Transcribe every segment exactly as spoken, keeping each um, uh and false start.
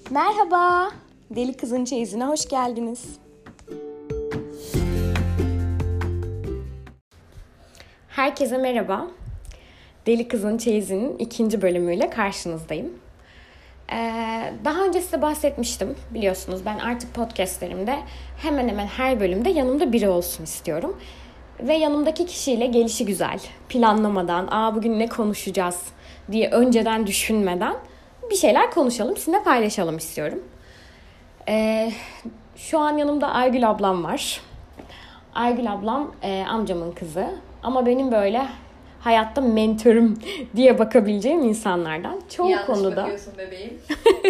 Merhaba, Deli Kızın Çeyizi'ne hoş geldiniz. Herkese merhaba. Deli Kızın Çeyizi'nin ikinci bölümüyle karşınızdayım. Ee, daha önce size bahsetmiştim, biliyorsunuz ben artık podcastlerimde hemen hemen her bölümde yanımda biri olsun istiyorum. Ve yanımdaki kişiyle gelişigüzel, planlamadan, aa bugün ne konuşacağız diye önceden düşünmeden bir şeyler konuşalım, sizinle paylaşalım istiyorum. Ee, şu an yanımda Aygül ablam var. Aygül ablam e, amcamın kızı ama benim böyle hayatta mentorum diye bakabileceğim insanlardan. Çoğu Yanlış konuda, bakıyorsun bebeğim.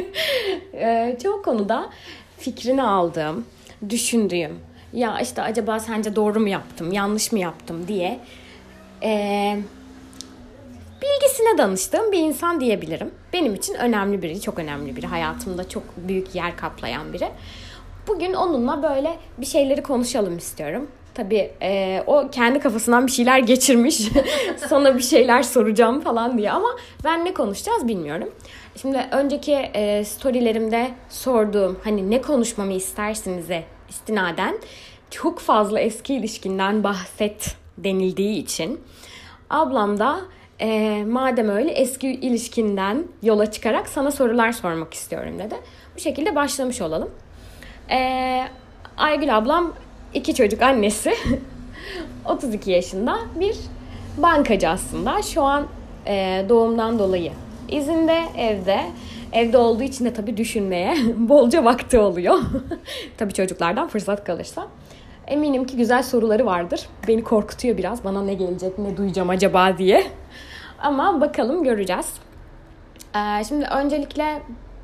e, çoğu konuda fikrini aldığım, düşündüğüm, ya işte acaba sence doğru mu yaptım, yanlış mı yaptım diye e, bilgisine danıştığım bir insan diyebilirim. Benim için önemli biri, çok önemli biri. Hayatımda çok büyük yer kaplayan biri. Bugün onunla böyle bir şeyleri konuşalım istiyorum. Tabii e, o kendi kafasından bir şeyler geçirmiş. Sana bir şeyler soracağım falan diye ama ben ne konuşacağız bilmiyorum. Şimdi önceki e, storylerimde sorduğum hani ne konuşmamı istersiniz'e istinaden çok fazla eski ilişkinden bahset denildiği için ablam da e, madem öyle eski ilişkinden yola çıkarak sana sorular sormak istiyorum dedi. Bu şekilde başlamış olalım. E, Aygül ablam iki çocuk annesi. otuz iki yaşında bir bankacı aslında. Şu an e, doğumdan dolayı izinde, evde. Evde olduğu için de tabii düşünmeye bolca vakti oluyor. Tabii çocuklardan fırsat kalırsa. Eminim ki güzel soruları vardır. Beni korkutuyor biraz. Bana ne gelecek, ne duyacağım acaba diye. Ama bakalım, göreceğiz. Ee, şimdi öncelikle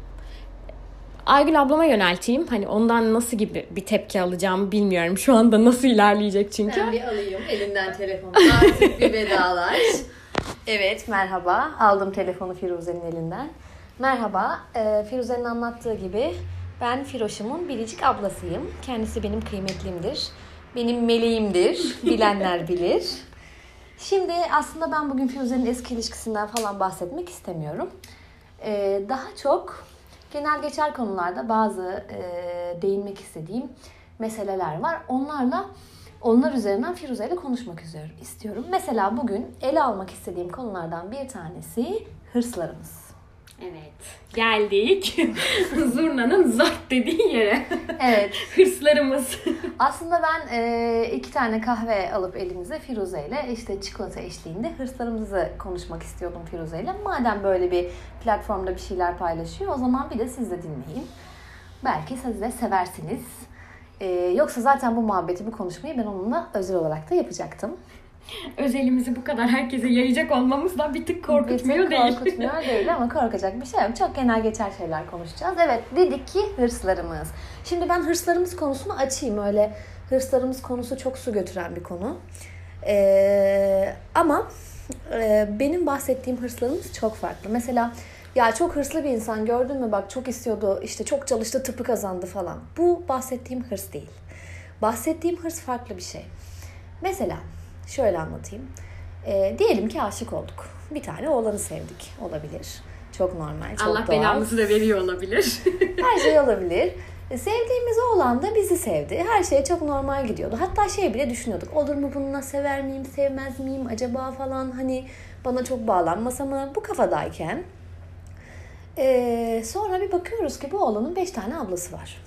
Aygül ablama yönelteyim. Hani ondan nasıl gibi bir tepki alacağımı bilmiyorum. Şu anda nasıl ilerleyecek çünkü. Ben bir alayım elinden telefonu. Artık bir vedalaş. Evet, merhaba. Aldım telefonu Firuze'nin elinden. Merhaba. Ee, Firuze'nin anlattığı gibi ben Firoş'umun biricik ablasıyım. Kendisi benim kıymetlimdir. Benim meleğimdir. Bilenler bilir. Şimdi aslında ben bugün Firuze'nin eski ilişkisinden falan bahsetmek istemiyorum. Ee, daha çok genel geçer konularda bazı e, değinmek istediğim meseleler var. Onlarla, onlar üzerinden Firuze ile konuşmak istiyorum. Mesela bugün ele almak istediğim konulardan bir tanesi hırslarımız. Evet, geldik zurnanın zart dediği yere. Evet. Hırslarımız. Aslında ben e, iki tane kahve alıp elimize Firuze ile işte çikolata eşliğinde hırslarımızı konuşmak istiyordum Firuze ile. Madem böyle bir platformda bir şeyler paylaşıyor, o zaman bir de siz de dinleyin. Belki siz de seversiniz. E, yoksa zaten bu muhabbeti, bu konuşmayı ben onunla özel olarak da yapacaktım. Özelimizi bu kadar herkese yayacak olmamız da bir tık korkutmuyor bir tık değil. Korkutmuyor değil ama korkacak bir şey yok. Çok genel geçer şeyler konuşacağız. Evet, dedik ki hırslarımız. Şimdi ben hırslarımız konusunu açayım. Öyle hırslarımız konusu çok su götüren bir konu. Ee, ama e, benim bahsettiğim hırslarımız çok farklı. Mesela ya çok hırslı bir insan gördün mü, bak çok istiyordu, işte çok çalıştı, tıpı kazandı falan. Bu bahsettiğim hırs değil. Bahsettiğim hırs farklı bir şey. Mesela şöyle anlatayım. E, diyelim ki aşık olduk. Bir tane oğlanı sevdik. Olabilir. Çok normal, çok Allah doğal. belamızı da veriyor olabilir. Her şey olabilir. E, sevdiğimiz oğlan da bizi sevdi. Her şey çok normal gidiyordu. Hatta şey bile düşünüyorduk. Olur mu bununla, sever miyim, sevmez miyim acaba falan. Hani bana çok bağlanmasa mı? Bu kafadayken e, sonra bir bakıyoruz ki bu oğlanın beş tane ablası var.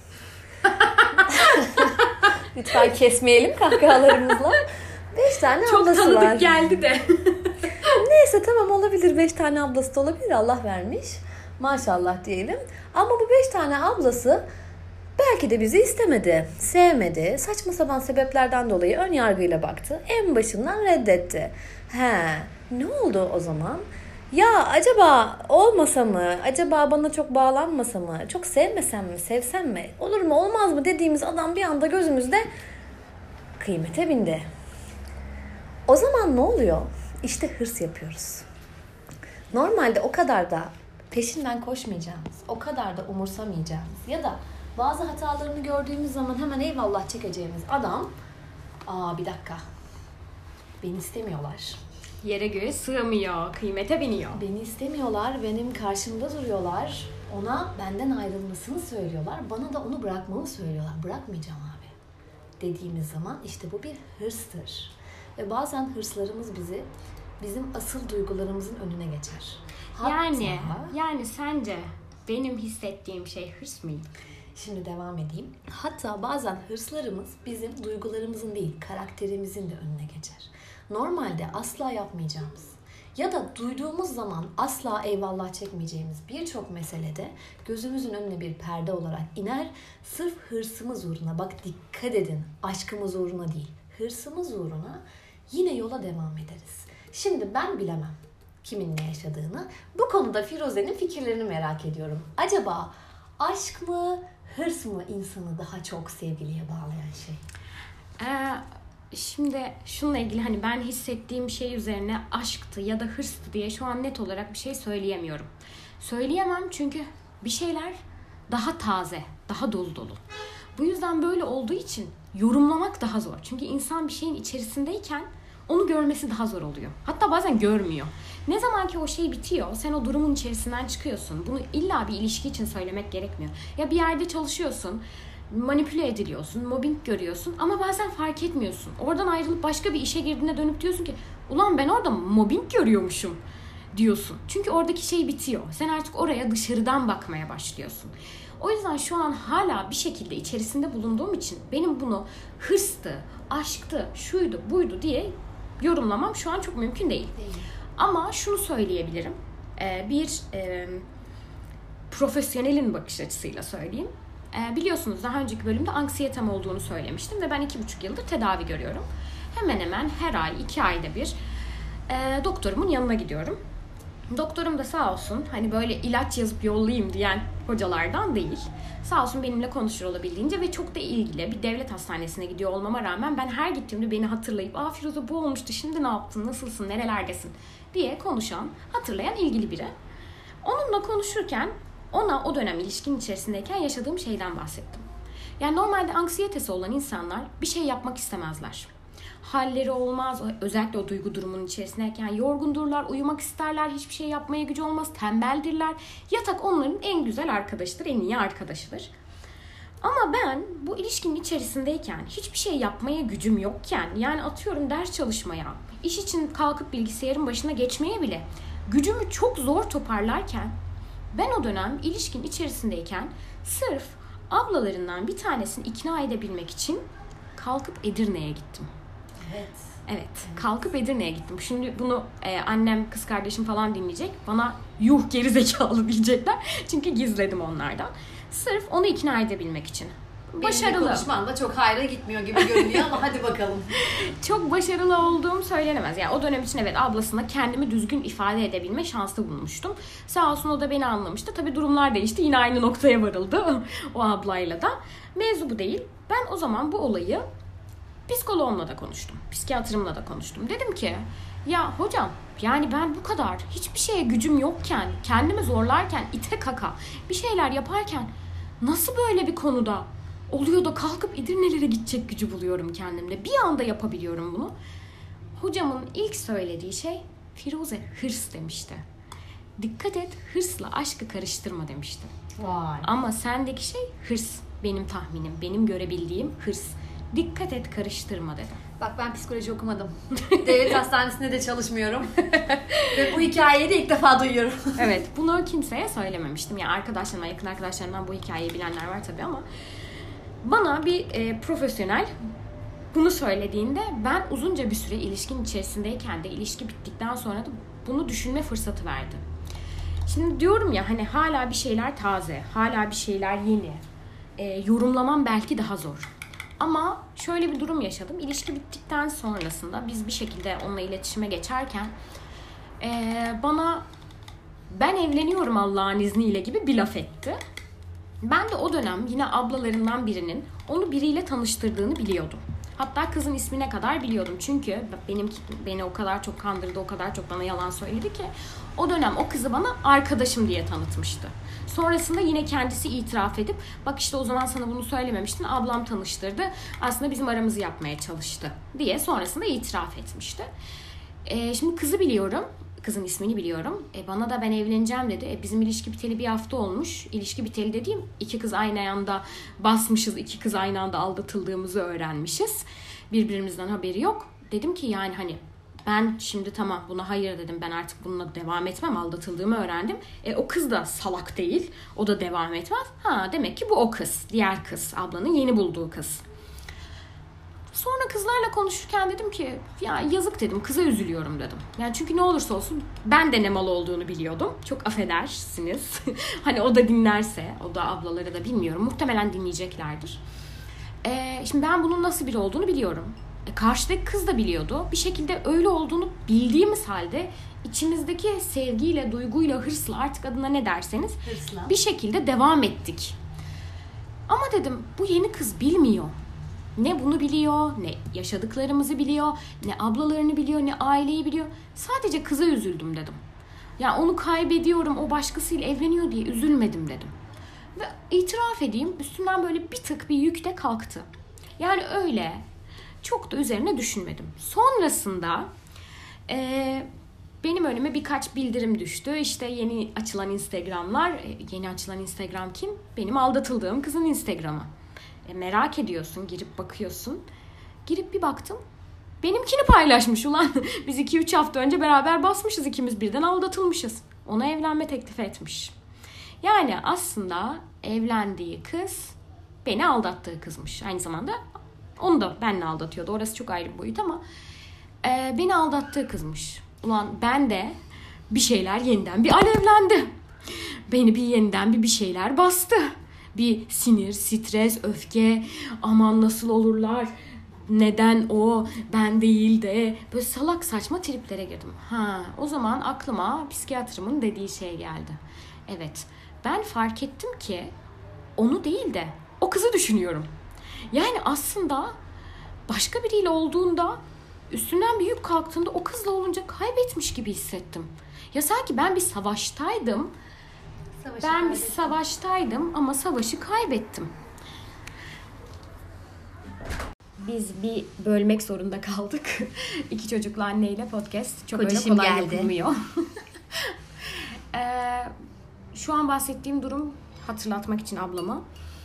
Lütfen kesmeyelim kahkahalarımızla. Beş tane çok ablası var. Çok tanıdık geldi de. Neyse tamam, olabilir. Beş tane ablası da olabilir. Allah vermiş. Maşallah diyelim. Ama bu beş tane ablası belki de bizi istemedi, sevmedi. Saçma sapan sebeplerden dolayı ön yargıyla baktı. En başından reddetti. He, ne oldu o zaman? Ya acaba olmasa mı? Acaba bana çok bağlanmasa mı? Çok sevmesem mi? Sevsem mi? Olur mu olmaz mı dediğimiz adam bir anda gözümüzde kıymete bindi. O zaman ne oluyor? İşte hırs yapıyoruz. Normalde o kadar da peşinden koşmayacağımız, o kadar da umursamayacağımız ya da bazı hatalarını gördüğümüz zaman hemen eyvallah çekeceğimiz adam, aa bir dakika, beni istemiyorlar. Yere göğe sığamıyor, kıymete biniyor. Beni istemiyorlar, benim karşımda duruyorlar. Ona benden ayrılmasını söylüyorlar. Bana da onu bırakmamı söylüyorlar. Bırakmayacağım abi dediğimiz zaman işte bu bir hırstır. Ve bazen hırslarımız bizi bizim asıl duygularımızın önüne geçer. Hatta, yani yani sence benim hissettiğim şey hırs mıydı? Şimdi devam edeyim. Hatta bazen hırslarımız bizim duygularımızın değil, karakterimizin de önüne geçer. Normalde asla yapmayacağımız ya da duyduğumuz zaman asla eyvallah çekmeyeceğimiz birçok meselede gözümüzün önüne bir perde olarak iner. Sırf hırsımız uğruna, bak dikkat edin, aşkımız uğruna değil, hırsımız uğruna yine yola devam ederiz. Şimdi ben bilemem kimin ne yaşadığını. Bu konuda Firuze'nin fikirlerini merak ediyorum. Acaba aşk mı, hırs mı insanı daha çok sevgiliye bağlayan şey? Ee, şimdi şununla ilgili hani ben hissettiğim şey üzerine aşktı ya da hırstı diye şu an net olarak bir şey söyleyemiyorum. Söyleyemem çünkü bir şeyler daha taze, daha dolu dolu. Bu yüzden böyle olduğu için yorumlamak daha zor. Çünkü insan bir şeyin içerisindeyken onu görmesi daha zor oluyor. Hatta bazen görmüyor. Ne zaman ki o şey bitiyor, sen o durumun içerisinden çıkıyorsun. Bunu illa bir ilişki için söylemek gerekmiyor. Ya bir yerde çalışıyorsun, manipüle ediliyorsun, mobbing görüyorsun ama bazen fark etmiyorsun. Oradan ayrılıp başka bir işe girdiğinde dönüp diyorsun ki ulan ben orada mobbing görüyormuşum diyorsun. Çünkü oradaki şey bitiyor. Sen artık oraya dışarıdan bakmaya başlıyorsun. O yüzden şu an hala bir şekilde içerisinde bulunduğum için benim bunu hırstı, aşktı, şuydu, buydu diye yorumlamam şu an çok mümkün değil. Değil. Ama şunu söyleyebilirim. Ee, bir e, profesyonelin bakış açısıyla söyleyeyim. Ee, biliyorsunuz daha önceki bölümde anksiyetem olduğunu söylemiştim ve ben iki buçuk yıldır tedavi görüyorum. Hemen hemen her ay, iki ayda bir e, doktorumun yanına gidiyorum. Doktorum da sağ olsun hani böyle ilaç yazıp yollayayım diyen hocalardan değil. Sağ olsun benimle konuşur olabildiğince ve çok da ilgili. Bir devlet hastanesine gidiyor olmama rağmen ben her gittiğimde beni hatırlayıp ''Aa Firuze bu olmuştu, şimdi ne yaptın, nasılsın, nerelerdesin?'' diye konuşan, hatırlayan ilgili biri. Onunla konuşurken ona o dönem ilişkinin içerisindeyken yaşadığım şeyden bahsettim. Yani normalde anksiyetesi olan insanlar bir şey yapmak istemezler. Halleri olmaz, özellikle o duygu durumunun içerisindeyken yorgundurlar, uyumak isterler, hiçbir şey yapmaya gücü olmaz, tembeldirler. Yatak onların en güzel arkadaşıdır, en iyi arkadaşıdır. Ama ben bu ilişkinin içerisindeyken, hiçbir şey yapmaya gücüm yokken, yani atıyorum ders çalışmaya, iş için kalkıp bilgisayarın başına geçmeye bile gücümü çok zor toparlarken, ben o dönem ilişkinin içerisindeyken sırf ablalarından bir tanesini ikna edebilmek için kalkıp Edirne'ye gittim. Evet. Evet, kalkıp Edirne'ye gittim. Şimdi bunu e, annem, kız kardeşim falan dinleyecek. Bana yuh gerizekalı diyecekler. Çünkü gizledim onlardan. Sırf onu ikna edebilmek için. Başarılı. Benim konuşmam da çok hayra gitmiyor gibi görünüyor ama hadi bakalım. Çok başarılı olduğum söylenemez. Yani o dönem için evet ablasına kendimi düzgün ifade edebilme şansı bulmuştum. Sağ olsun o da beni anlamıştı. Tabii durumlar değişti. Yine aynı noktaya varıldı o ablayla da. Mevzu bu değil. Ben o zaman bu olayı psikoloğumla da konuştum. Psikiyatrımla da konuştum. Dedim ki ya hocam yani ben bu kadar hiçbir şeye gücüm yokken, kendimi zorlarken, ite kaka bir şeyler yaparken nasıl böyle bir konuda oluyor da kalkıp Edirne'lere gidecek gücü buluyorum kendimde. Bir anda yapabiliyorum bunu. Hocamın ilk söylediği şey Firuze hırs demişti. Dikkat et, hırsla aşkı karıştırma demişti. Vay. Ama sendeki şey hırs. Benim tahminim, benim görebildiğim hırs. Dikkat et, karıştırma dedi. Bak ben psikoloji okumadım. Devlet hastanesinde de çalışmıyorum. Ve bu hikayeyi de ilk defa duyuyorum. Evet, bunu kimseye söylememiştim. Yani arkadaşlarımdan, yakın arkadaşlarımdan bu hikayeyi bilenler var tabii ama bana bir e, profesyonel bunu söylediğinde ben uzunca bir süre ilişkinin içerisindeyken de ilişki bittikten sonra da bunu düşünme fırsatı verdi. Şimdi diyorum ya hani hala bir şeyler taze, hala bir şeyler yeni. E, yorumlamam belki daha zor. Ama şöyle bir durum yaşadım. İlişki bittikten sonrasında biz bir şekilde onunla iletişime geçerken e, bana ben evleniyorum Allah'ın izniyle gibi bir laf etti. Ben de o dönem yine ablalarından birinin onu biriyle tanıştırdığını biliyordum. Hatta kızın ismine kadar biliyordum. Çünkü benim beni o kadar çok kandırdı, o kadar çok bana yalan söyledi ki o dönem o kızı bana arkadaşım diye tanıtmıştı. Sonrasında yine kendisi itiraf edip bak işte o zaman sana bunu söylememiştin, ablam tanıştırdı. Aslında bizim aramızı yapmaya çalıştı diye sonrasında itiraf etmişti. Ee, şimdi kızı biliyorum. kızın ismini biliyorum. E bana da ben evleneceğim dedi. E bizim ilişki biteli bir hafta olmuş. İlişki biteli dediğim iki kız aynı anda basmışız. İki kız aynı anda aldatıldığımızı öğrenmişiz. Birbirimizden haberi yok. Dedim ki yani hani ben şimdi tamam buna hayır dedim. Ben artık bununla devam etmem. Aldatıldığımı öğrendim. E o kız da salak değil. O da devam etmez. Ha demek ki bu o kız. Diğer kız. Ablanın yeni bulduğu kız. Sonra kızlarla konuşurken dedim ki ya yazık dedim, kıza üzülüyorum dedim. Yani çünkü ne olursa olsun ben de ne mal olduğunu biliyordum. Çok affedersiniz. Hani o da dinlerse, o da ablaları da bilmiyorum. Muhtemelen dinleyeceklerdir. Ee, şimdi ben bunun nasıl biri olduğunu biliyorum. E, karşıdaki kız da biliyordu. Bir şekilde öyle olduğunu bildiğimiz halde içimizdeki sevgiyle, duyguyla, hırsla artık adına ne derseniz hırsla bir şekilde devam ettik. Ama dedim bu yeni kız bilmiyor. Ne bunu biliyor, ne yaşadıklarımızı biliyor, ne ablalarını biliyor, ne aileyi biliyor. Sadece kıza üzüldüm dedim. Ya onu kaybediyorum, o başkasıyla evleniyor diye üzülmedim dedim. Ve itiraf edeyim, üstümden böyle bir tık bir yük de kalktı. Yani öyle, çok da üzerine düşünmedim. Sonrasında e, benim önüme birkaç bildirim düştü. İşte yeni açılan Instagram'lar, e, yeni açılan Instagram kim? Benim aldatıldığım kızın Instagram'ı. E, merak ediyorsun, girip bakıyorsun. Girip bir baktım, benimkini paylaşmış ulan. Biz iki üç hafta önce beraber basmışız, ikimiz birden aldatılmışız. Ona evlenme teklifi etmiş. Yani aslında evlendiği kız beni aldattığı kızmış. Aynı zamanda onu da benimle aldatıyordu. Orası çok ayrı bir boyut ama e, beni aldattığı kızmış. Ulan ben de bir şeyler yeniden bir alevlendi. Beni bir yeniden bir bir şeyler bastı. Bir sinir, stres, öfke, aman nasıl olurlar, neden o, ben değil de böyle salak saçma triplere girdim. Ha, o zaman aklıma psikiyatrımın dediği şey geldi. Evet, ben fark ettim ki onu değil de o kızı düşünüyorum. Yani aslında başka biriyle olduğunda, üstünden bir yük kalktığında o kızla olunca kaybetmiş gibi hissettim. Ya sanki ben bir savaştaydım. Savaşı ben kaybettim. bir savaştaydım ama savaşı kaybettim. Biz bir bölmek zorunda kaldık. İki çocuklu anneyle podcast çok Kocacığım öyle kolay geldi. Yapılmıyor. ee, şu an bahsettiğim durum, hatırlatmak için ablama.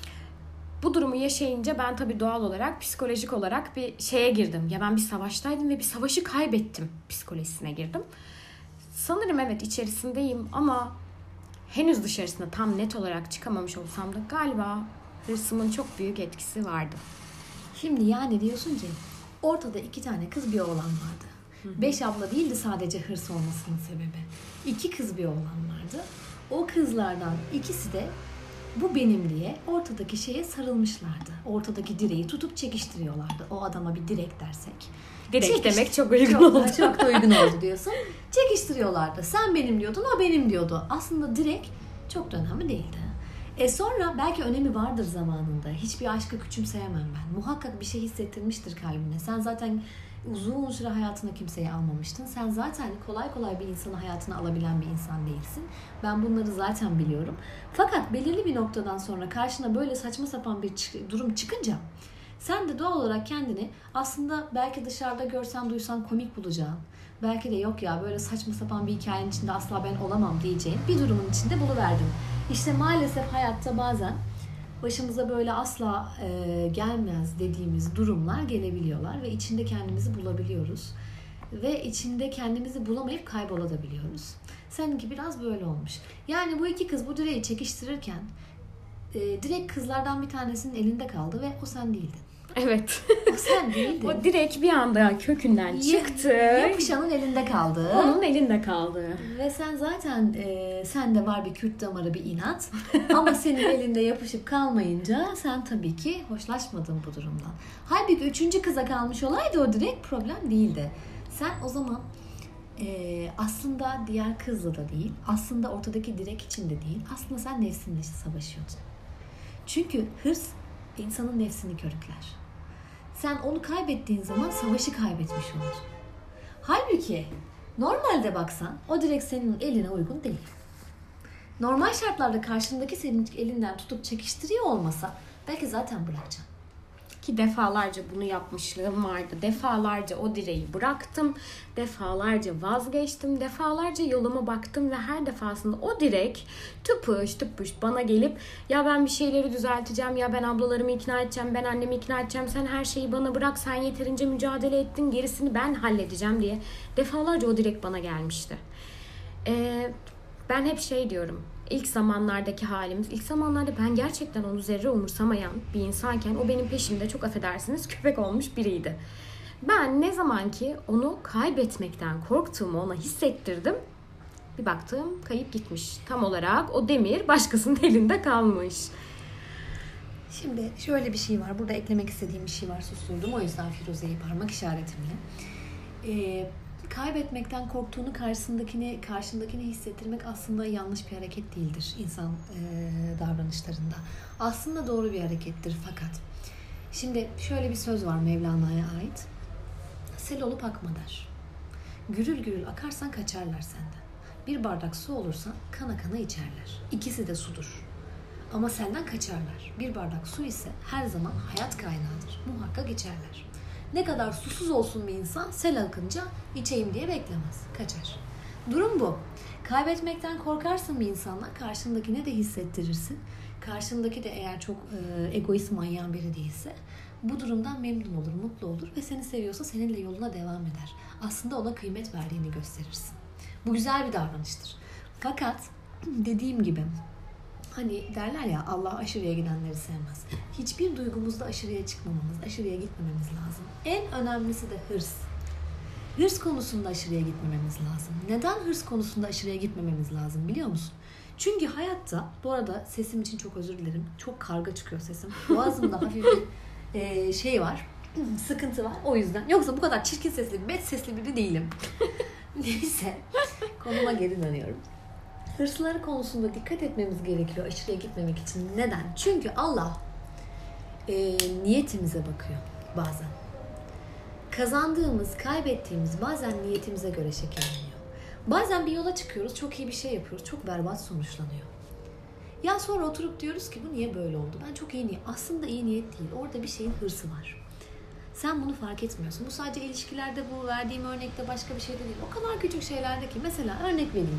Bu durumu yaşayınca ben tabii doğal olarak, psikolojik olarak bir şeye girdim. Ya ben bir savaştaydım ve bir savaşı kaybettim psikolojisine girdim. Sanırım evet içerisindeyim ama henüz dışarısına tam net olarak çıkamamış olsam da galiba hırsımın çok büyük etkisi vardı. Şimdi yani diyorsun ki ortada iki tane kız bir oğlan vardı. Hı hı. Beş abla değildi sadece hırs olmasının sebebi. İki kız bir oğlan vardı. O kızlardan ikisi de bu benim diye ortadaki şeye sarılmışlardı. Ortadaki direği tutup çekiştiriyorlardı. O adama bir direk dersek. Direk Çekiş... demek çok uygun çok, oldu. Çok da uygun oldu diyorsun. Çekiştiriyorlardı. Sen benim diyordun, o benim diyordu. Aslında direk çok da önemli değildi. E sonra belki önemi vardır zamanında. Hiçbir aşkı küçümseyemem ben. Muhakkak bir şey hissettirmiştir kalbine. Sen zaten uzun süre hayatına kimseyi almamıştın. Sen zaten kolay kolay bir insanı hayatına alabilen bir insan değilsin. Ben bunları zaten biliyorum. Fakat belirli bir noktadan sonra karşına böyle saçma sapan bir durum çıkınca sen de doğal olarak kendini aslında belki dışarıda görsen duysan komik bulacağın, belki de yok ya böyle saçma sapan bir hikayenin içinde asla ben olamam diyeceğin bir durumun içinde buluverdin. İşte maalesef hayatta bazen başımıza böyle asla e, gelmez dediğimiz durumlar gelebiliyorlar ve içinde kendimizi bulabiliyoruz. Ve içinde kendimizi bulamayıp kaybolabiliyoruz. Seninki biraz böyle olmuş. Yani bu iki kız bu direği çekiştirirken e, direkt kızlardan bir tanesinin elinde kaldı ve o sen değildin. Evet. O sen değildin. O direkt bir anda kökünden çıktı. Yapışanın elinde kaldı. Onun elinde kaldı. Ve sen zaten e, sende var bir Kürt damarı, bir inat. Ama senin elinde yapışıp kalmayınca sen tabii ki hoşlaşmadın bu durumdan. Halbuki üçüncü kıza kalmış olaydı o direkt problem değildi. Sen o zaman e, aslında diğer kızla da değil, aslında ortadaki direk içinde değil, aslında sen nefsinle savaşıyordun. Çünkü hırs insanın nefsini körükler. Sen onu kaybettiğin zaman savaşı kaybetmiş olursun. Halbuki normalde baksan o direkt senin eline uygun değil. Normal şartlarda karşındaki senin elinden tutup çekiştiriyor olmasa belki zaten bırakacaksın. Ki defalarca bunu yapmışlığım vardı. Defalarca o direği bıraktım. Defalarca vazgeçtim. Defalarca yoluma baktım ve her defasında o direk tıpış tıpış bana gelip ya ben bir şeyleri düzelteceğim, ya ben ablalarımı ikna edeceğim, ben annemi ikna edeceğim, sen her şeyi bana bırak, sen yeterince mücadele ettin, gerisini ben halledeceğim diye defalarca o direk bana gelmişti. Ee, ben hep şey diyorum, ilk zamanlardaki halimiz, ilk zamanlarda ben gerçekten onu zerre umursamayan bir insanken o benim peşimde, çok affedersiniz, köpek olmuş biriydi. Ben ne zaman ki onu kaybetmekten korktuğumu ona hissettirdim, bir baktım kayıp gitmiş. Tam olarak o demir başkasının elinde kalmış. Şimdi şöyle bir şey var. Burada eklemek istediğim bir şey var. Susturdum. O yüzden Firuze'yi parmak işaretimle. Ee, kaybetmekten korktuğunu karşısındakini, karşındakini hissettirmek aslında yanlış bir hareket değildir insan e, davranışlarında. Aslında doğru bir harekettir fakat. Şimdi şöyle bir söz var Mevlana'ya ait. Sel olup akma der. Gürül gürül akarsan kaçarlar senden. Bir bardak su olursa kana kana içerler. İkisi de sudur. Ama senden kaçarlar. Bir bardak su ise her zaman hayat kaynağıdır. Muhakkak içerler. Ne kadar susuz olsun bir insan sel akınca içeyim diye beklemez. Kaçar. Durum bu. Kaybetmekten korkarsın bir insanla, karşındakine de hissettirirsin. Karşındaki de eğer çok e, egoist manyağın biri değilse bu durumdan memnun olur, mutlu olur ve seni seviyorsa seninle yoluna devam eder. Aslında ona kıymet verdiğini gösterirsin. Bu güzel bir davranıştır. Fakat dediğim gibi hani derler ya, Allah aşırıya gidenleri sevmez. Hiçbir duygumuzda aşırıya çıkmamamız, aşırıya gitmememiz lazım. En önemlisi de hırs. Hırs konusunda aşırıya gitmememiz lazım. Neden hırs konusunda aşırıya gitmememiz lazım biliyor musun? Çünkü hayatta, bu arada sesim için çok özür dilerim. Çok karga çıkıyor sesim. Boğazımda hafif bir e, şey var. Sıkıntı var. O yüzden. Yoksa bu kadar çirkin sesli, bet sesli biri değilim. Neyse. Konuma geri dönüyorum. Hırsları konusunda dikkat etmemiz gerekiyor aşırıya gitmemek için. Neden? Çünkü Allah e, niyetimize bakıyor bazen. Kazandığımız, kaybettiğimiz bazen niyetimize göre şekilleniyor. Bazen bir yola çıkıyoruz, çok iyi bir şey yapıyoruz, çok berbat sonuçlanıyor. Ya sonra oturup diyoruz ki bu niye böyle oldu? Ben çok iyi niyet. Aslında iyi niyet değil. Orada bir şeyin hırsı var. Sen bunu fark etmiyorsun. Bu sadece ilişkilerde, bu verdiğim örnekte başka bir şey de değil. O kadar küçük şeylerde ki. Mesela örnek vereyim.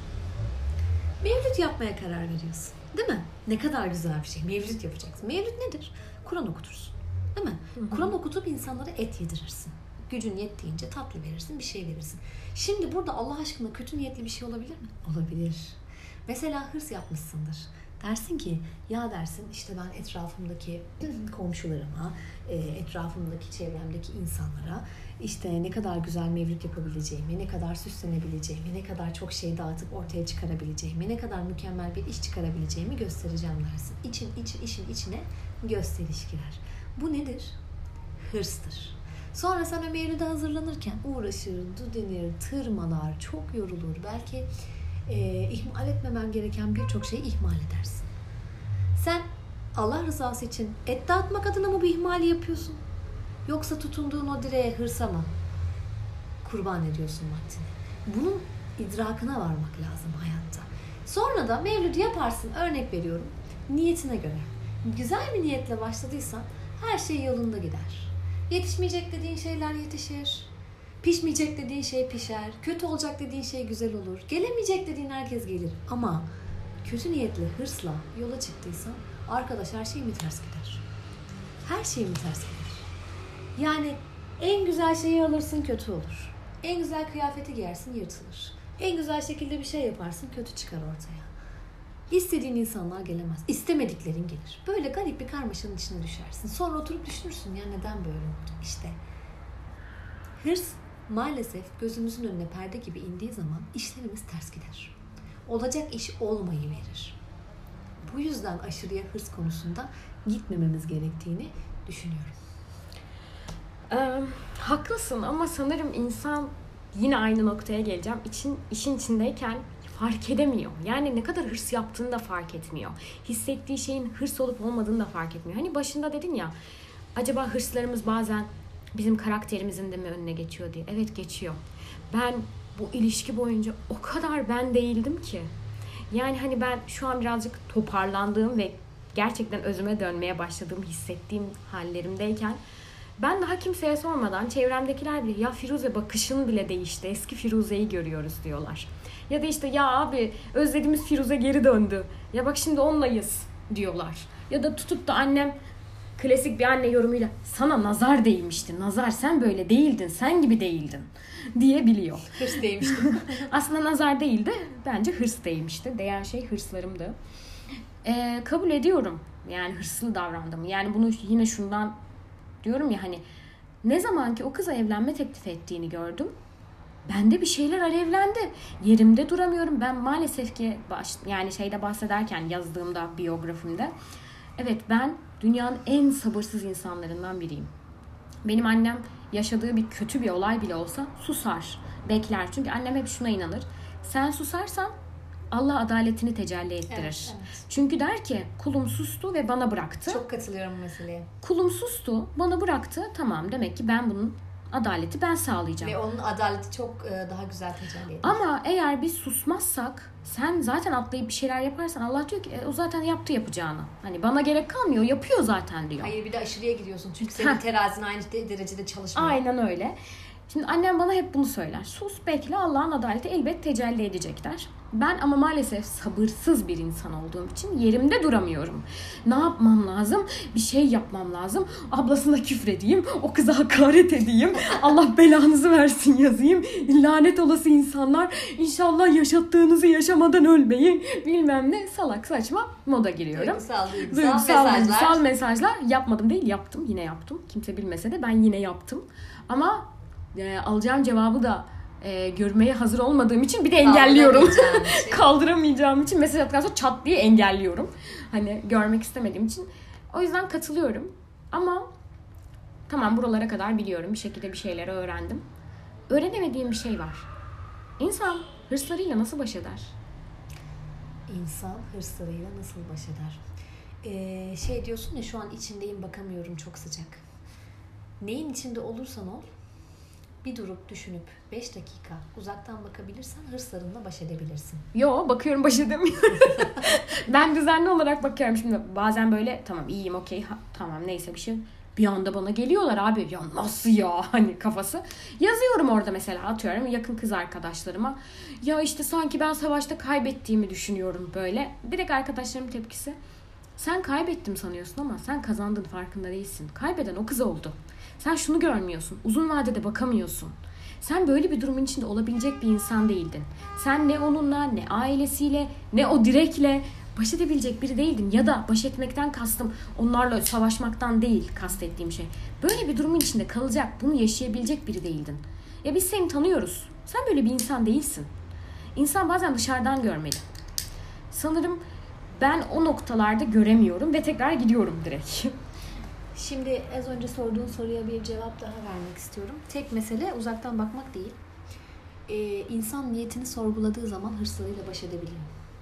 Mevlüt yapmaya karar veriyorsun. Değil mi? Ne kadar güzel bir şey. Mevlüt yapacaksın. Mevlüt nedir? Kur'an okutursun. Değil mi? Hı hı. Kur'an okutup insanlara et yedirirsin. Gücün yettiğince tatlı verirsin, bir şey verirsin. Şimdi burada Allah aşkına kötü niyetli bir şey olabilir mi? Olabilir. Mesela hırs yapmışsındır. Dersin ki, ya dersin işte ben etrafımdaki komşularıma, etrafımdaki çevremdeki insanlara işte ne kadar güzel mevlüt yapabileceğimi, ne kadar süslenebileceğimi, ne kadar çok şey dağıtıp ortaya çıkarabileceğimi, ne kadar mükemmel bir iş çıkarabileceğimi göstereceğim dersin. İçin, için, işin içine gösterişkiler. Bu nedir? Hırstır. Sonra sen o mevlüde hazırlanırken uğraşır, düdenir, tırmalar, çok yorulur. Belki e, ihmal etmemen gereken birçok şeyi ihmal edersin. Sen Allah rızası için et dağıtmak adına mı bir ihmali yapıyorsun? Yoksa tutunduğun o direğe, hırsa mı kurban ediyorsun vaktini? Bunun idrakına varmak lazım hayatta. Sonra da mevlüdü yaparsın, örnek veriyorum, niyetine göre. Güzel bir niyetle başladıysan her şey yolunda gider. Yetişmeyecek dediğin şeyler yetişir. Pişmeyecek dediğin şey pişer. Kötü olacak dediğin şey güzel olur. Gelemeyecek dediğin herkes gelir. Ama kötü niyetle, hırsla yola çıktıysan arkadaş her şey mi ters gider? Her şey mi ters gider? Yani en güzel şeyi alırsın, kötü olur. En güzel kıyafeti giyersin, yırtılır. En güzel şekilde bir şey yaparsın, kötü çıkar ortaya. İstediğin insanlar gelemez. İstemediklerin gelir. Böyle garip bir karmaşanın içine düşersin. Sonra oturup düşünürsün, ya neden böyle oldu? İşte hırs maalesef gözümüzün önüne perde gibi indiği zaman işlerimiz ters gider. Olacak iş olmayı verir. Bu yüzden aşırıya hırs konusunda gitmememiz gerektiğini düşünüyorum. Ee, haklısın ama sanırım insan, yine aynı noktaya geleceğim, İçin, işin içindeyken fark edemiyor. Yani ne kadar hırs yaptığını da fark etmiyor. Hissettiği şeyin hırs olup olmadığını da fark etmiyor. Hani başında dedin ya, acaba hırslarımız bazen bizim karakterimizin de mi önüne geçiyor diye. Evet, geçiyor. Ben bu ilişki boyunca o kadar ben değildim ki. Yani hani ben şu an birazcık toparlandığım ve gerçekten özüme dönmeye başladığım, hissettiğim hallerimdeyken ben daha kimseye sormadan çevremdekiler bile ya Firuze bakışın bile değişti, eski Firuze'yi görüyoruz diyorlar. Ya da işte ya abi özlediğimiz Firuze geri döndü. Ya bak şimdi onlayız diyorlar. Ya da tutup da annem klasik bir anne yorumuyla sana nazar değmişti. Nazar sen böyle değildin, sen gibi değildin diyebiliyor. Hırs değmişti. Aslında nazar değildi, bence hırs değmişti. Değen şey hırslarımdı. Ee, kabul ediyorum yani hırslı davrandım. Yani bunu yine şundan diyorum ya hani ne zaman ki o kıza evlenme teklif ettiğini gördüm. Bende bir şeyler alevlendi. Yerimde duramıyorum. Ben maalesef ki baş, yani şeyde bahsederken yazdığımda biyografimde evet ben dünyanın en sabırsız insanlarından biriyim. Benim annem yaşadığı bir kötü bir olay bile olsa susar, bekler. Çünkü annem hep şuna inanır. Sen susarsan Allah adaletini tecelli ettirir. Evet, evet. Çünkü der ki kulum sustu ve bana bıraktı. Çok katılıyorum bu meseleye. Kulum sustu, bana bıraktı. Tamam demek ki ben bunun adaleti ben sağlayacağım. Ve onun adaleti çok daha güzel tecelli eder. Ama eğer biz susmazsak sen zaten atlayıp bir şeyler yaparsan Allah diyor ki e, o zaten yaptı yapacağını. Hani bana gerek kalmıyor, yapıyor zaten diyor. Hayır bir de aşırıya gidiyorsun. Çünkü senin terazin aynı derecede çalışmıyor. Aynen öyle. Şimdi annem bana hep bunu söyler. Sus bekle Allah'ın adaleti elbet tecelli edecek der. Ben ama maalesef sabırsız bir insan olduğum için yerimde duramıyorum. Ne yapmam lazım? Bir şey yapmam lazım. Ablasına küfredeyim. O kıza hakaret edeyim. Allah belanızı versin yazayım. Lanet olası insanlar. İnşallah yaşattığınızı yaşamadan ölmeyin. Bilmem ne salak saçma moda giriyorum. Duygusal, duygusal, duygusal mesajlar. Duygusal mesajlar. Yapmadım değil yaptım. Yine yaptım. Kimse bilmese de ben yine yaptım. Ama e, alacağım cevabı da E, görmeye hazır olmadığım için bir de engelliyorum. Şey. Kaldıramayacağım için mesaj attıktan sonra çat diye engelliyorum. Hani görmek istemediğim için. O yüzden katılıyorum. Ama tamam buralara kadar biliyorum. Bir şekilde bir şeyleri öğrendim. Öğrenemediğim bir şey var. İnsan hırslarıyla nasıl baş eder? İnsan hırslarıyla nasıl baş eder? Ee, şey diyorsun ya şu an içindeyim bakamıyorum çok sıcak. Neyin içinde olursan ol bir durup düşünüp beş dakika uzaktan bakabilirsen hırslarınla baş edebilirsin. Yo bakıyorum baş edemiyorum. Ben düzenli olarak bakıyorum şimdi bazen böyle tamam iyiyim okey tamam neyse bir şey. Bir anda bana geliyorlar abi ya nasıl ya hani kafası. Yazıyorum orada mesela atıyorum yakın kız arkadaşlarıma. Ya işte sanki ben savaşta kaybettiğimi düşünüyorum böyle. Direkt arkadaşlarımın tepkisi. Sen kaybettim sanıyorsun ama sen kazandın farkında değilsin. Kaybeden o kız oldu. Sen şunu görmüyorsun. Uzun vadede bakamıyorsun. Sen böyle bir durumun içinde olabilecek bir insan değildin. Sen ne onunla, ne ailesiyle, ne o direkle baş edebilecek biri değildin. Ya da baş etmekten kastım onlarla savaşmaktan değil kastettiğim şey. Böyle bir durumun içinde kalacak, bunu yaşayabilecek biri değildin. Ya biz seni tanıyoruz. Sen böyle bir insan değilsin. İnsan bazen dışarıdan görmeli. Sanırım ben o noktalarda göremiyorum ve tekrar gidiyorum direkt. Şimdi az önce sorduğun soruya bir cevap daha vermek istiyorum. Tek mesele uzaktan bakmak değil. Ee, insan niyetini sorguladığı zaman hırslarıyla baş edebiliyor.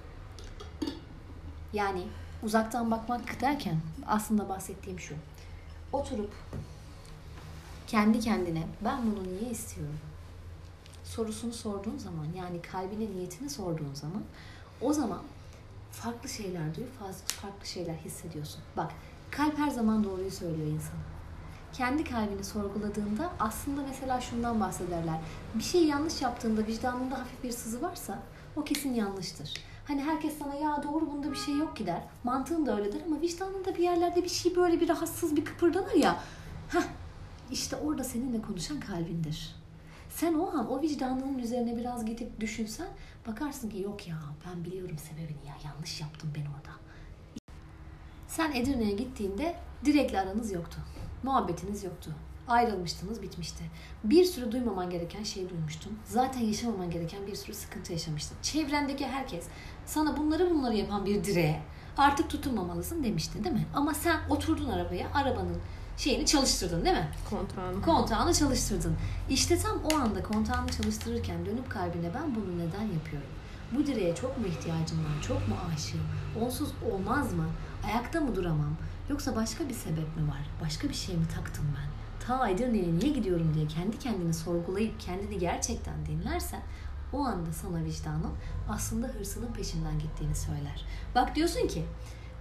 Yani uzaktan bakmak derken aslında bahsettiğim şu. Oturup kendi kendine ben bunu niye istiyorum sorusunu sorduğun zaman yani kalbine niyetini sorduğun zaman o zaman farklı şeyler duyup farklı şeyler hissediyorsun. Bak kalp her zaman doğruyu söylüyor insan. Kendi kalbini sorguladığında aslında mesela şundan bahsederler. Bir şey yanlış yaptığında vicdanında hafif bir sızı varsa o kesin yanlıştır. Hani herkes sana ya doğru bunda bir şey yok ki der. Mantığın da öyledir ama vicdanında bir yerlerde bir şey böyle bir rahatsız bir kıpırdanır ya. Heh, işte orada seninle konuşan kalbindir. Sen o an o vicdanının üzerine biraz gidip düşünsen bakarsın ki yok ya ben biliyorum sebebini ya yanlış yaptım ben orada. Sen Edirne'ye gittiğinde Direk'le aranız yoktu. Muhabbetiniz yoktu. Ayrılmıştınız, bitmişti. Bir sürü duymaman gereken şey duymuştun. Zaten yaşamaman gereken bir sürü sıkıntı yaşamıştın. Çevrendeki herkes sana bunları bunları yapan bir direğe artık tutunmamalısın demişti değil mi? Ama sen oturdun arabaya, arabanın şeyini çalıştırdın değil mi? Kontağını. Kontağını çalıştırdın. İşte tam o anda kontağını çalıştırırken dönüp kalbine ben bunu neden yapıyorum? Bu direğe çok mu ihtiyacım var? Çok mu aşığım? Onsuz olmaz mı? Ayakta mı duramam? Yoksa başka bir sebep mi var? Başka bir şey mi taktım ben? Ta Edirne'ye niye gidiyorum diye kendi kendini sorgulayıp kendini gerçekten dinlersen o anda sana vicdanın aslında hırsının peşinden gittiğini söyler. Bak diyorsun ki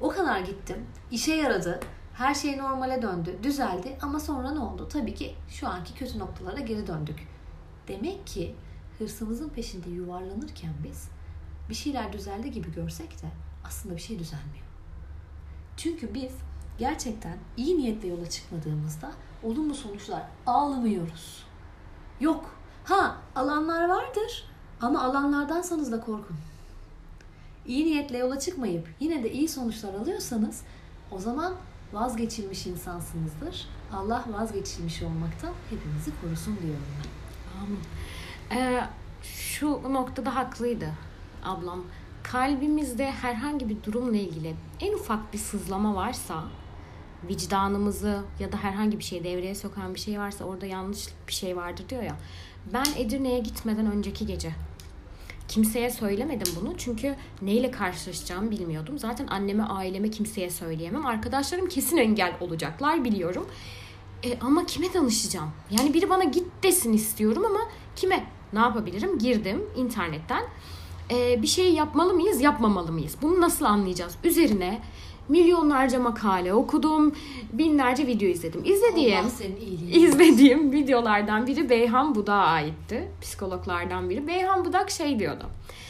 O kadar gittim. İşe yaradı. Her şey normale döndü. Düzeldi. Ama sonra ne oldu? Tabii ki şu anki kötü noktalara geri döndük. Demek ki hırsımızın peşinde yuvarlanırken biz bir şeyler düzeldi gibi görsek de aslında bir şey düzelmiyor. Çünkü biz gerçekten iyi niyetle yola çıkmadığımızda olumlu sonuçlar almıyoruz. Yok. Ha, alanlar vardır ama alanlardansanız da korkun. İyi niyetle yola çıkmayıp yine de iyi sonuçlar alıyorsanız o zaman vazgeçilmiş insansınızdır. Allah vazgeçilmiş olmaktan hepimizi korusun diyorum ben. Amin. Ee, şu noktada haklıydı ablam. Kalbimizde herhangi bir durumla ilgili en ufak bir sızlama varsa, vicdanımızı ya da herhangi bir şey devreye sokan bir şey varsa orada yanlış bir şey vardır diyor ya. Ben Edirne'ye gitmeden önceki gece kimseye söylemedim bunu çünkü neyle karşılaşacağımı bilmiyordum. Zaten anneme, aileme kimseye söyleyemem. Arkadaşlarım kesin engel olacaklar biliyorum. E, ama kime danışacağım? Yani biri bana git desin istiyorum ama kime? Ne yapabilirim? Girdim internetten. E, bir şey yapmalı mıyız, yapmamalı mıyız? Bunu nasıl anlayacağız? Üzerine milyonlarca makale okudum, binlerce video izledim. İzlediğim, izlediğim videolardan biri Beyhan Budak'a aitti. Psikologlardan biri. Beyhan Budak şey diyordu.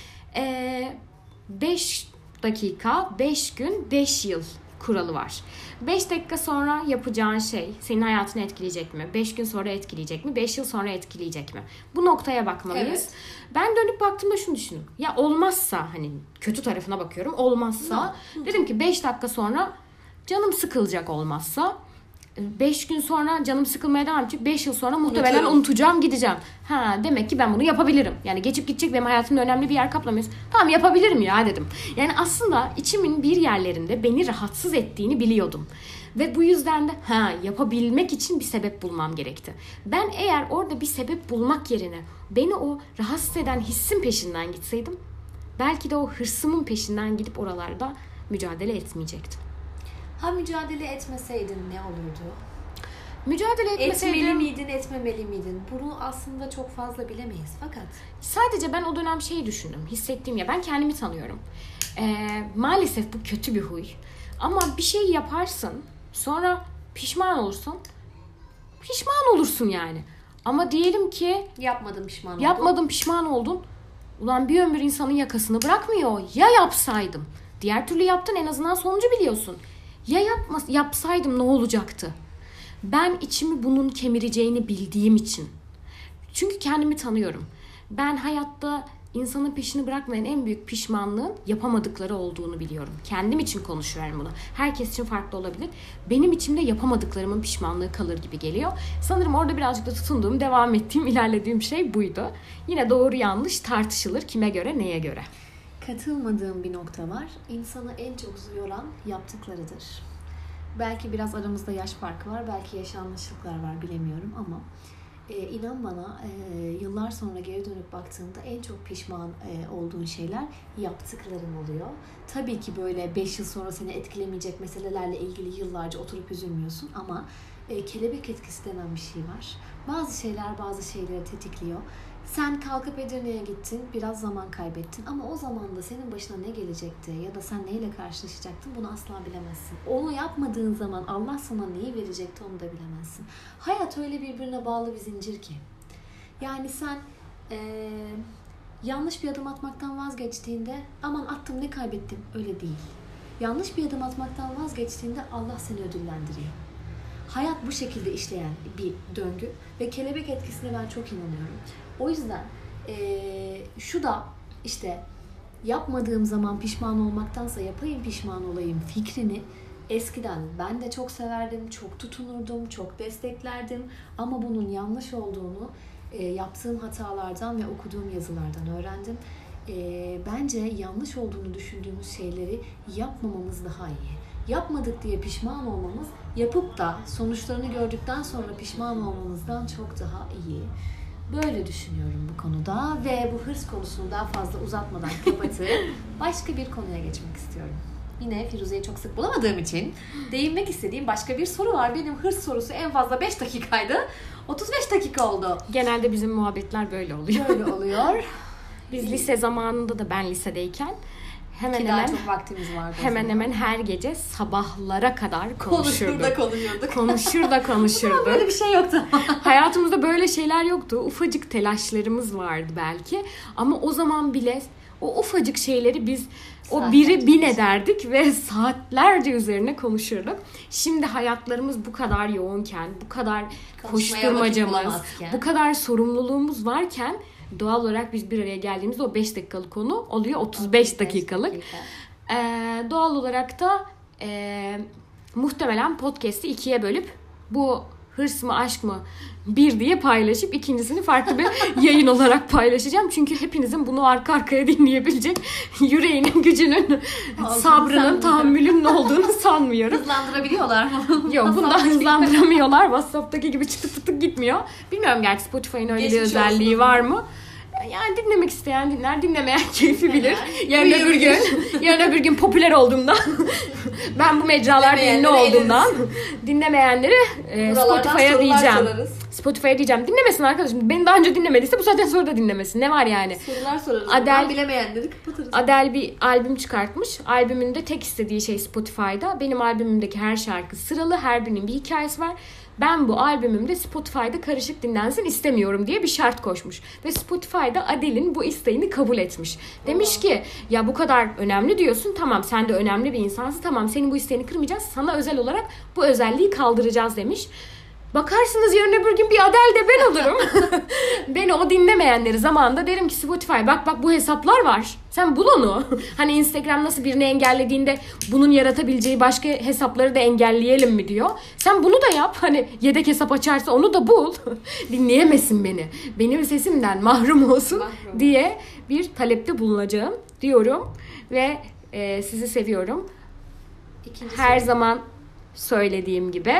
beş dakika, beş gün, beş yıl kuralı var. beş dakika sonra yapacağın şey senin hayatını etkileyecek mi? beş gün sonra etkileyecek mi? beş yıl sonra etkileyecek mi? Bu noktaya bakmalıyız. Evet. Ben dönüp baktığımda şunu düşündüm. Ya olmazsa, hani kötü tarafına bakıyorum. Olmazsa no. dedim ki beş dakika sonra canım sıkılacak olmazsa. beş gün sonra canım sıkılmaya devam edecek. beş yıl sonra muhtemelen Unutuyorum. unutacağım, gideceğim. Ha, demek ki ben bunu yapabilirim. Yani geçip gidecek, benim hayatımda önemli bir yer kaplamıyor. Tamam, yapabilirim ya dedim. Yani aslında içimin bir yerlerinde beni rahatsız ettiğini biliyordum. Ve bu yüzden de ha, yapabilmek için bir sebep bulmam gerekti. Ben eğer orada bir sebep bulmak yerine beni o rahatsız eden hissin peşinden gitseydim, belki de o hırsımın peşinden gidip oralarda mücadele etmeyecektim. Ha, mücadele etmeseydin ne olurdu? Mücadele etmeseydim... Etmeli miydin, etmemeli miydin? Bunu aslında çok fazla bilemeyiz fakat... Sadece ben o dönem şeyi düşündüm, hissettiğim ya, ben kendimi tanıyorum. Ee, maalesef bu kötü bir huy. Ama bir şey yaparsın, sonra pişman olursun. Pişman olursun yani. Ama diyelim ki... Yapmadım, pişman oldum. Yapmadım, pişman oldun. Ulan bir ömür insanın yakasını bırakmıyor. Ya yapsaydım? Diğer türlü yaptın, en azından sonucu biliyorsun. Ya yapmas, yapsaydım ne olacaktı? Ben içimi bunun kemireceğini bildiğim için. Çünkü kendimi tanıyorum. Ben hayatta insanın peşini bırakmayan en büyük pişmanlığın yapamadıkları olduğunu biliyorum. Kendim için konuşuyorum bunu. Herkes için farklı olabilir. Benim içimde yapamadıklarımın pişmanlığı kalır gibi geliyor. Sanırım orada birazcık da tutunduğum, devam ettiğim, ilerlediğim şey buydu. Yine doğru yanlış tartışılır. Kime göre, neye göre. Katılmadığım bir nokta var. İnsanı en çok yoran yaptıklarıdır. Belki biraz aramızda yaş farkı var, belki yaşanmışlıklar var, bilemiyorum ama e, inan bana e, yıllar sonra geri dönüp baktığında en çok pişman e, olduğun şeyler yaptıkların oluyor. Tabii ki böyle beş yıl sonra seni etkilemeyecek meselelerle ilgili yıllarca oturup üzülmüyorsun ama e, kelebek etkisi denen bir şey var. Bazı şeyler bazı şeyleri tetikliyor. Sen kalkıp Edirne'ye gittin, biraz zaman kaybettin ama o zaman da senin başına ne gelecekti ya da sen neyle karşılaşacaktın bunu asla bilemezsin. Onu yapmadığın zaman Allah sana neyi verecekti onu da bilemezsin. Hayat öyle birbirine bağlı bir zincir ki. Yani sen ee, yanlış bir adım atmaktan vazgeçtiğinde aman attım ne kaybettim, öyle değil. Yanlış bir adım atmaktan vazgeçtiğinde Allah seni ödüllendiriyor. Hayat bu şekilde işleyen bir döngü ve kelebek etkisine ben çok inanıyorum. O yüzden ee, şu da işte yapmadığım zaman pişman olmaktansa yapayım pişman olayım fikrini eskiden ben de çok severdim, çok tutunurdum, çok desteklerdim. Ama bunun yanlış olduğunu e, yaptığım hatalardan ve okuduğum yazılardan öğrendim. E, bence yanlış olduğunu düşündüğümüz şeyleri yapmamamız daha iyi. Yapmadık diye pişman olmamız, yapıp da sonuçlarını gördükten sonra pişman olmamızdan çok daha iyi. Böyle düşünüyorum bu konuda ve bu hırs konusunu daha fazla uzatmadan kapatıp başka bir konuya geçmek istiyorum. Yine Firuze'yi çok sık bulamadığım için değinmek istediğim başka bir soru var. Benim hırs sorusu en fazla beş dakikaydı. otuz beş dakika oldu. Genelde bizim muhabbetler böyle oluyor. Böyle oluyor. Biz lise zamanında da ben lisedeyken hemen Ki hemen daha çok vaktimiz vardı. hemen hemen her gece sabahlara kadar konuşurduk. Konuşur da konuşurduk. Konuşur da konuşurduk. Böyle bir şey yoktu. Hayatımızda böyle şeyler yoktu. Ufacık telaşlarımız vardı belki. Ama o zaman bile o ufacık şeyleri biz o Saatlerce biri bin ederdik ve saatlerce üzerine konuşurduk. Şimdi hayatlarımız bu kadar yoğunken, bu kadar Konuşmaya vakit koşturmacamız, bulamazken. bu kadar sorumluluğumuz varken doğal olarak biz bir araya geldiğimizde o beş dakikalık konu oluyor otuz beş dakikalık. dakika. Ee, doğal olarak da e, muhtemelen podcast'i ikiye bölüp bu hırs mı aşk mı bir diye paylaşıp ikincisini farklı bir yayın olarak paylaşacağım. Çünkü hepinizin bunu arka arkaya dinleyebilecek yüreğinin, gücünün, sabrının, tahammülünün olduğunu sanmıyorum. Hızlandırabiliyorlar mı? Yok, bundan hızlandıramıyorlar. WhatsApp'taki gibi çıtık çıtık gitmiyor. Bilmiyorum gerçi Spotify'ın öyle Geçmiş bir özelliği olsun. var mı? Yani dinlemek isteyen dinler, dinlemeyen keyfi bilir. Yarın Uyuyor, öbür gün, yarın öbür gün popüler olduğumdan, ben bu mecralarda ünlü Dinlemeyenleri olduğumdan, dinlemeyenleri e, Buralardan Spotify'a sorular diyeceğim. sorarız. Spotify'a diyeceğim. Dinlemesin arkadaşım. Beni daha önce dinlemediyse bu saatten sonra da dinlemesin. Ne var yani? Sorular sorarız. Adele- Bilemeyenleri kapatırız. Adele bir albüm çıkartmış. Albümünde tek istediği şey Spotify'da. Benim albümümdeki her şarkı sıralı. Her birinin bir hikayesi var. Ben bu albümümde Spotify'da karışık dinlensin istemiyorum diye bir şart koşmuş. Ve Spotify'da Adele'in bu isteğini kabul etmiş. Demiş ki ya bu kadar önemli diyorsun. Tamam sen de önemli bir insansın. Tamam senin bu isteğini kırmayacağız. Sana özel olarak bu özelliği kaldıracağız demiş. Bakarsınız yarın öbür gün bir Adele de ben olurum. Beni o dinlemeyenleri zamanında derim ki Spotify bak bak bu hesaplar var. Sen bul onu. Hani Instagram nasıl birini engellediğinde bunun yaratabileceği başka hesapları da engelleyelim mi diyor. Sen bunu da yap. Hani yedek hesap açarsa onu da bul. Dinleyemesin beni. Benim sesimden mahrum olsun Mahrum. diye bir talepte bulunacağım diyorum. Ve e, sizi seviyorum. İkinci Her soru. zaman söylediğim gibi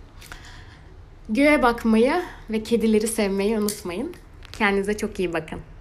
göğe bakmayı ve kedileri sevmeyi unutmayın. Kendinize çok iyi bakın.